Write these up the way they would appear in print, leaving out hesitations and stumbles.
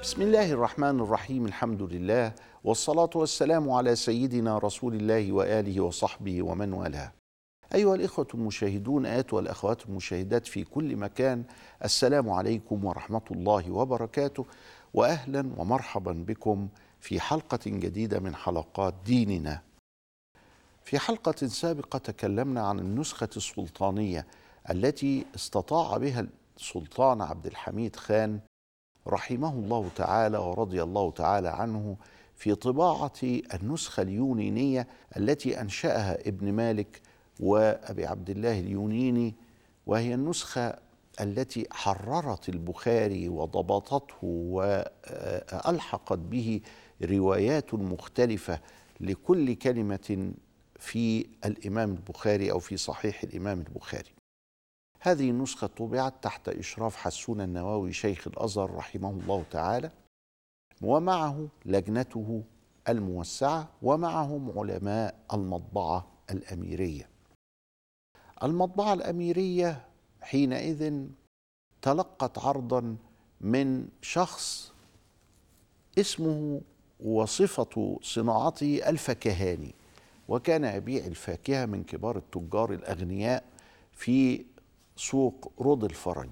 بسم الله الرحمن الرحيم. الحمد لله والصلاة والسلام على سيدنا رسول الله وآله وصحبه ومن والاه. أيها الإخوة المشاهدون، أيتها الأخوات المشاهدات في كل مكان، السلام عليكم ورحمة الله وبركاته، وأهلا ومرحبا بكم في حلقة جديدة من حلقات ديننا. في حلقة سابقة تكلمنا عن النسخة السلطانية التي استطاع بها السلطان عبد الحميد خان رحمه الله تعالى ورضي الله تعالى عنه في طباعة النسخة اليونينية التي أنشأها ابن مالك وأبي عبد الله اليونيني، وهي النسخة التي حررت البخاري وضبطته وألحقت به روايات مختلفة لكل كلمة في الإمام البخاري أو في صحيح الإمام البخاري. هذه النسخة طبعت تحت إشراف حسون النووي شيخ الأزهر رحمه الله تعالى، ومعه لجنته الموسعة، ومعهم علماء المطبعة الأميرية. المطبعة الأميرية حينئذ تلقت عرضا من شخص اسمه وصفة صناعته الفكهاني، وكان يبيع الفاكهة من كبار التجار الأغنياء في سوق رود الفرج.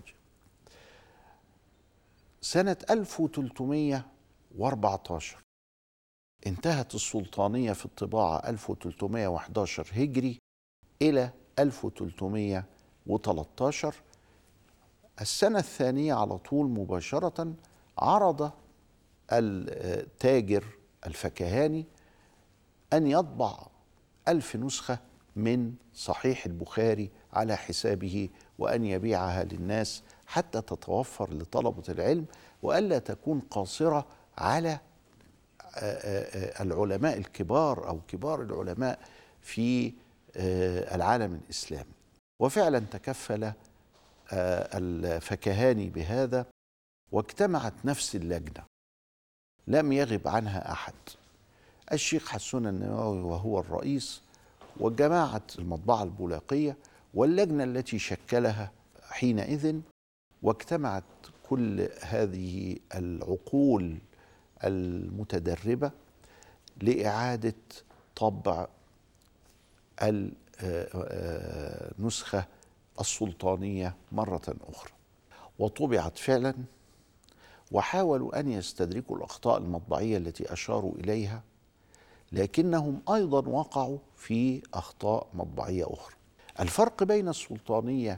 سنة 1314 انتهت السلطانية في الطباعة 1311 هجري إلى 1313. السنة الثانية على طول مباشرة عرض التاجر الفكهاني أن يطبع 1000 نسخة من صحيح البخاري على حسابه، وأن يبيعها للناس حتى تتوفر لطلبة العلم، وألا تكون قاصرة على العلماء الكبار أو كبار العلماء في العالم الإسلامي. وفعلا تكفل الفكهاني بهذا، واجتمعت نفس اللجنة لم يغب عنها أحد، الشيخ حسون النووي وهو الرئيس، وجماعة المطبعة البولاقية، واللجنة التي شكلها حينئذ، واجتمعت كل هذه العقول المتدربة لإعادة طبع النسخة السلطانية مرة أخرى. وطبعت فعلا، وحاولوا أن يستدركوا الأخطاء المطبعية التي أشاروا إليها، لكنهم أيضا وقعوا في أخطاء مطبعية أخرى. الفرق بين السلطانية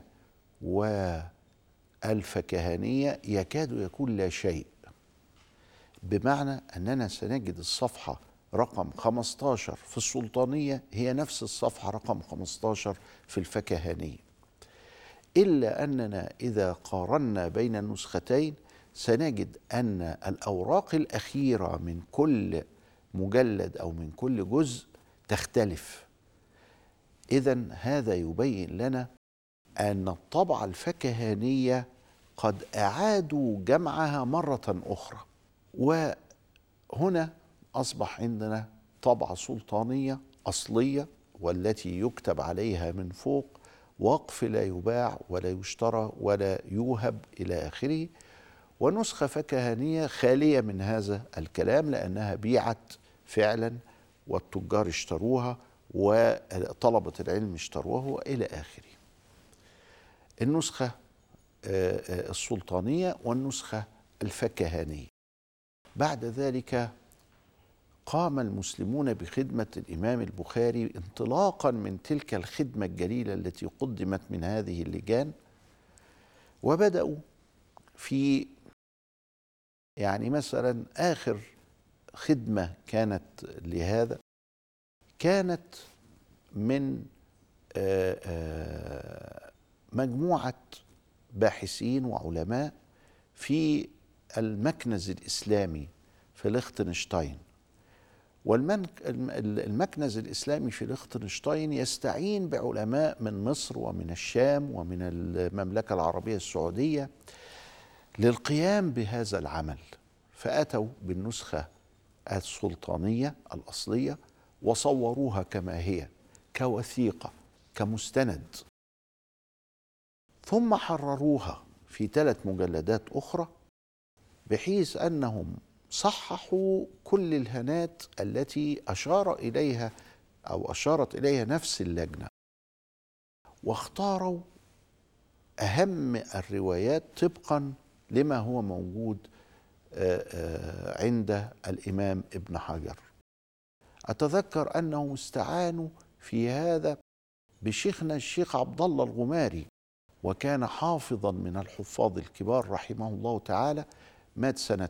والفكهانية يكاد يكون لا شيء، بمعنى أننا سنجد الصفحة رقم 15 في السلطانية هي نفس الصفحة رقم 15 في الفكهانية، إلا أننا إذا قارنا بين النسختين سنجد أن الأوراق الأخيرة من كل مجلد أو من كل جزء تختلف. إذن هذا يبين لنا أن الطبعة الفكهانية قد أعادوا جمعها مرة أخرى، وهنا أصبح عندنا طبعة سلطانية أصلية، والتي يكتب عليها من فوق وقف لا يباع ولا يشترى ولا يوهب إلى آخره، ونسخة فكهانية خالية من هذا الكلام لأنها بيعت فعلا والتجار اشتروها وطلبة العلم اشتروها وإلى آخره. النسخة السلطانية والنسخة الفكهانية. بعد ذلك قام المسلمون بخدمة الإمام البخاري انطلاقا من تلك الخدمة الجليلة التي قدمت من هذه اللجان، وبدأوا في مثلا آخر خدمة كانت لهذا كانت من مجموعة باحثين وعلماء في المكنز الإسلامي في ليختنشتاين. والمكنز الإسلامي في ليختنشتاين يستعين بعلماء من مصر ومن الشام ومن المملكة العربية السعودية للقيام بهذا العمل، فأتوا بالنسخة السلطانية الأصلية وصوروها كما هي كوثيقة كمستند، ثم حرروها في 3 مجلدات أخرى بحيث أنهم صححوا كل الهنات التي أشار إليها أو أشارت إليها نفس اللجنة، واختاروا أهم الروايات طبقا لما هو موجود عند الإمام ابن حجر. أتذكر أنهم استعانوا في هذا بشيخنا الشيخ عبد الله الغماري، وكان حافظا من الحفاظ الكبار رحمه الله تعالى، مات سنة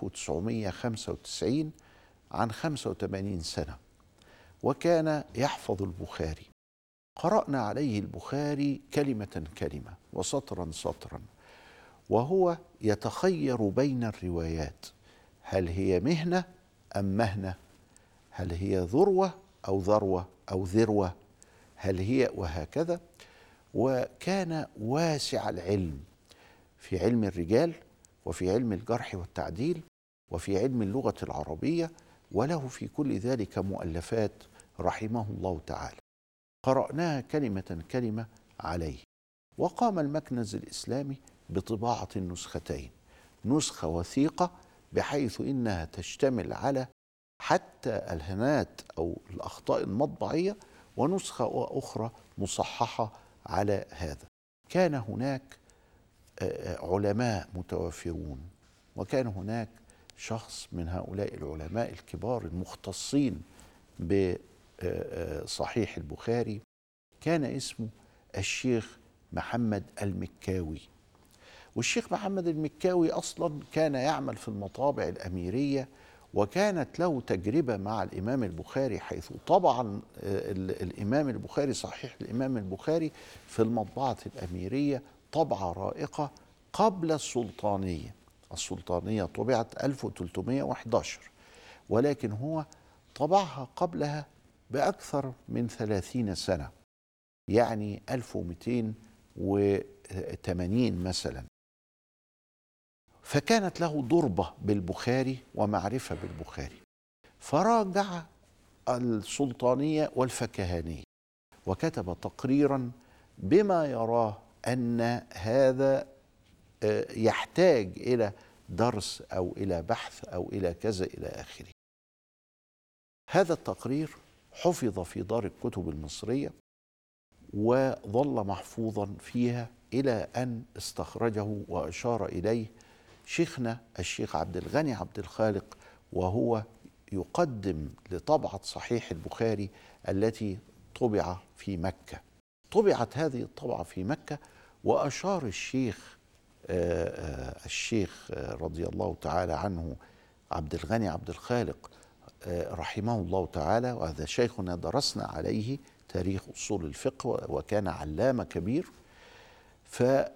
1995 عن 85 سنة، وكان يحفظ البخاري. قرأنا عليه البخاري كلمة كلمة وسطرا سطرا، وهو يتخير بين الروايات، هل هي مهنة أم مهنة، هل هي ذروة أو ذروة أو ذروة، هل هي، وهكذا. وكان واسع العلم في علم الرجال وفي علم الجرح والتعديل وفي علم اللغة العربية، وله في كل ذلك مؤلفات رحمه الله تعالى، قرأناها كلمة كلمة عليه. وقام المكنز الإسلامي بطباعة النسختين، نسخة وثيقة بحيث إنها تشتمل على حتى الهنات أو الأخطاء المطبعية، ونسخة أخرى مصححة على هذا. كان هناك علماء متوافرون، وكان هناك شخص من هؤلاء العلماء الكبار المختصين بصحيح البخاري، كان اسمه الشيخ محمد المكاوي. والشيخ محمد المكاوي أصلا كان يعمل في المطابع الأميرية، وكانت له تجربة مع الإمام البخاري، حيث طبعا الإمام البخاري صحيح الإمام البخاري في المطبعة الأميرية طبعة رائقة قبل السلطانية. السلطانية طبعت 1311، ولكن هو طبعها قبلها بأكثر من 30 سنة، يعني 1280 مثلا. فكانت له ضربة بالبخاري ومعرفة بالبخاري، فراجع السلطانية والفكهانية، وكتب تقريرا بما يراه أن هذا يحتاج إلى درس أو إلى بحث أو إلى كذا إلى آخره. هذا التقرير حفظ في دار الكتب المصرية، وظل محفوظا فيها إلى أن استخرجه وأشار إليه شيخنا الشيخ عبد الغني عبد الخالق، وهو يقدم لطبعة صحيح البخاري التي طبع في مكة. طبعت هذه الطبعة في مكة، وأشار الشيخ رضي الله تعالى عنه عبد الغني عبد الخالق رحمه الله تعالى، وهذا شيخنا درسنا عليه تاريخ أصول الفقه وكان علامة كبير. فهذا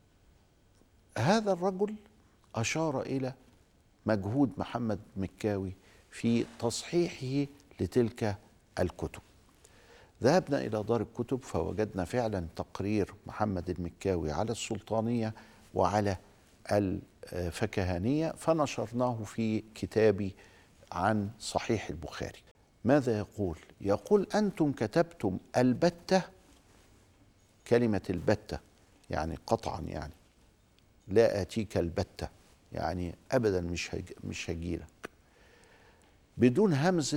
الرجل أشار إلى مجهود محمد مكاوي في تصحيحه لتلك الكتب. ذهبنا إلى دار الكتب فوجدنا فعلا تقرير محمد المكاوي على السلطانية وعلى الفكهانية، فنشرناه في كتابي عن صحيح البخاري. ماذا يقول؟ يقول: أنتم كتبتم البتة، كلمة البتة يعني قطعا، يعني لا آتيك البتة، يعني أبدا مش هجيلك، بدون همزة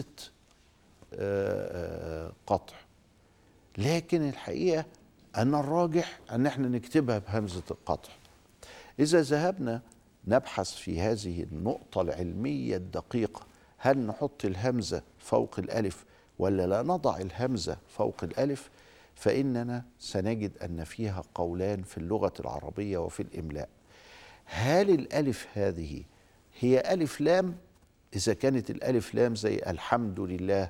قطع. لكن الحقيقة أن الراجح أن احنا نكتبها بهمزة القطع. إذا ذهبنا نبحث في هذه النقطة العلمية الدقيقة، هل نحط الهمزة فوق الألف ولا لا نضع الهمزة فوق الألف، فإننا سنجد أن فيها قولان في اللغة العربية وفي الإملاء. هل الألف هذه هي ألف لام؟ إذا كانت الألف لام زي الحمد لله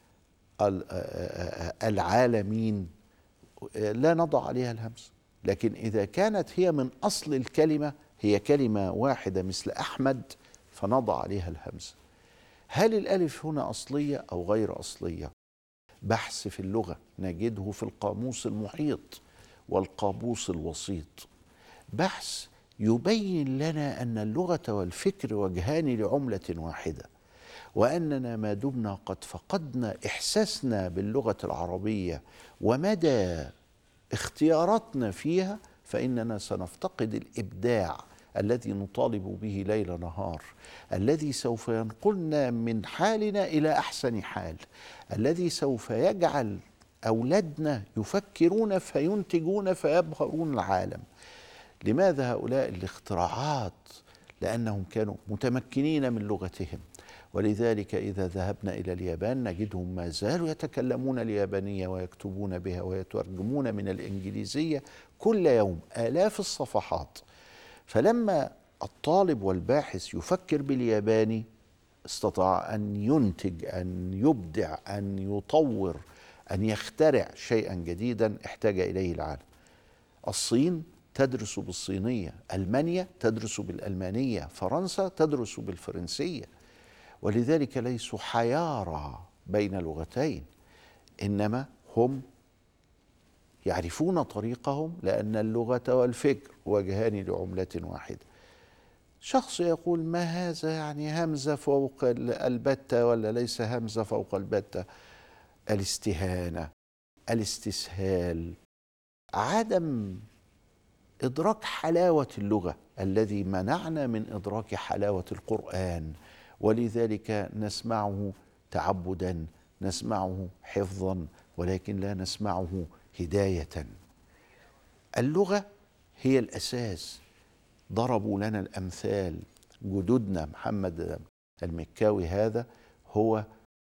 العالمين لا نضع عليها الهمزة. لكن إذا كانت هي من أصل الكلمة، هي كلمة واحدة مثل أحمد، فنضع عليها الهمزة. هل الألف هنا أصلية أو غير أصلية؟ بحث في اللغة نجده في القاموس المحيط والقاموس الوسيط، بحث يبين لنا أن اللغة والفكر وجهان لعملة واحدة، وأننا ما دمنا قد فقدنا إحساسنا باللغة العربية ومدى اختياراتنا فيها، فإننا سنفتقد الإبداع الذي نطالب به ليل نهار، الذي سوف ينقلنا من حالنا إلى أحسن حال، الذي سوف يجعل أولادنا يفكرون فينتجون فيبهرون العالم. لماذا هؤلاء الاختراعات؟ لأنهم كانوا متمكنين من لغتهم، ولذلك إذا ذهبنا إلى اليابان نجدهم ما زالوا يتكلمون اليابانية ويكتبون بها ويترجمون من الإنجليزية كل يوم آلاف الصفحات. فلما الطالب والباحث يفكر بالياباني استطاع أن ينتج، أن يبدع، أن يطور، أن يخترع شيئا جديدا احتاج إليه العالم. الصين تدرس بالصينية، ألمانيا تدرس بالألمانية، فرنسا تدرس بالفرنسية، ولذلك ليسوا حيارى بين لغتين، إنما هم يعرفون طريقهم، لأن اللغة والفكر وجهان لعملة واحدة. شخص يقول ما هذا، يعني همزة فوق البتة ولا ليس همزة فوق البتة؟ الاستهانة، الاستسهال، عدم إدراك حلاوة اللغة الذي منعنا من إدراك حلاوة القرآن، ولذلك نسمعه تعبدا، نسمعه حفظا، ولكن لا نسمعه هداية. اللغة هي الأساس. ضربوا لنا الأمثال جدودنا. محمد المكاوي هذا هو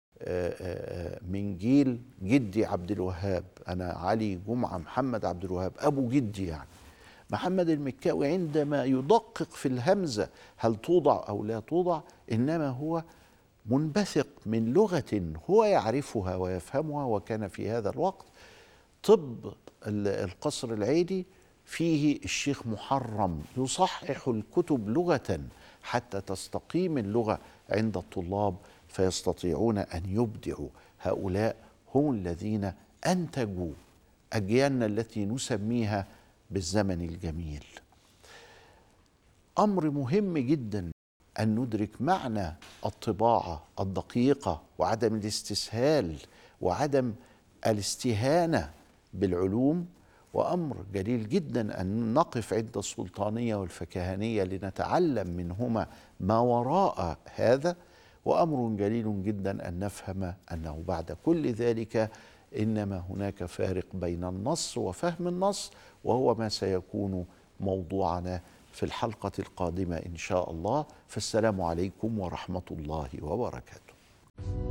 من جيل جدي عبد الوهاب، أنا علي جمعة محمد عبد الوهاب أبو جدي. يعني محمد المكاوي عندما يدقق في الهمزة هل توضع أو لا توضع، إنما هو منبثق من لغة هو يعرفها ويفهمها. وكان في هذا الوقت طب القصر العيني فيه الشيخ محرم يصحح الكتب لغة حتى تستقيم اللغة عند الطلاب فيستطيعون أن يبدعوا. هؤلاء هم الذين أنتجوا أجيالنا التي نسميها بالزمن الجميل. أمر مهم جدا أن ندرك معنى الطباعة الدقيقة وعدم الاستسهال وعدم الاستهانة بالعلوم، وأمر جليل جدا أن نقف عند السلطانية والفكهانية لنتعلم منهما ما وراء هذا، وأمر جليل جدا أن نفهم أنه بعد كل ذلك إنما هناك فارق بين النص وفهم النص، وهو ما سيكون موضوعنا في الحلقة القادمة إن شاء الله. فالسلام عليكم ورحمة الله وبركاته.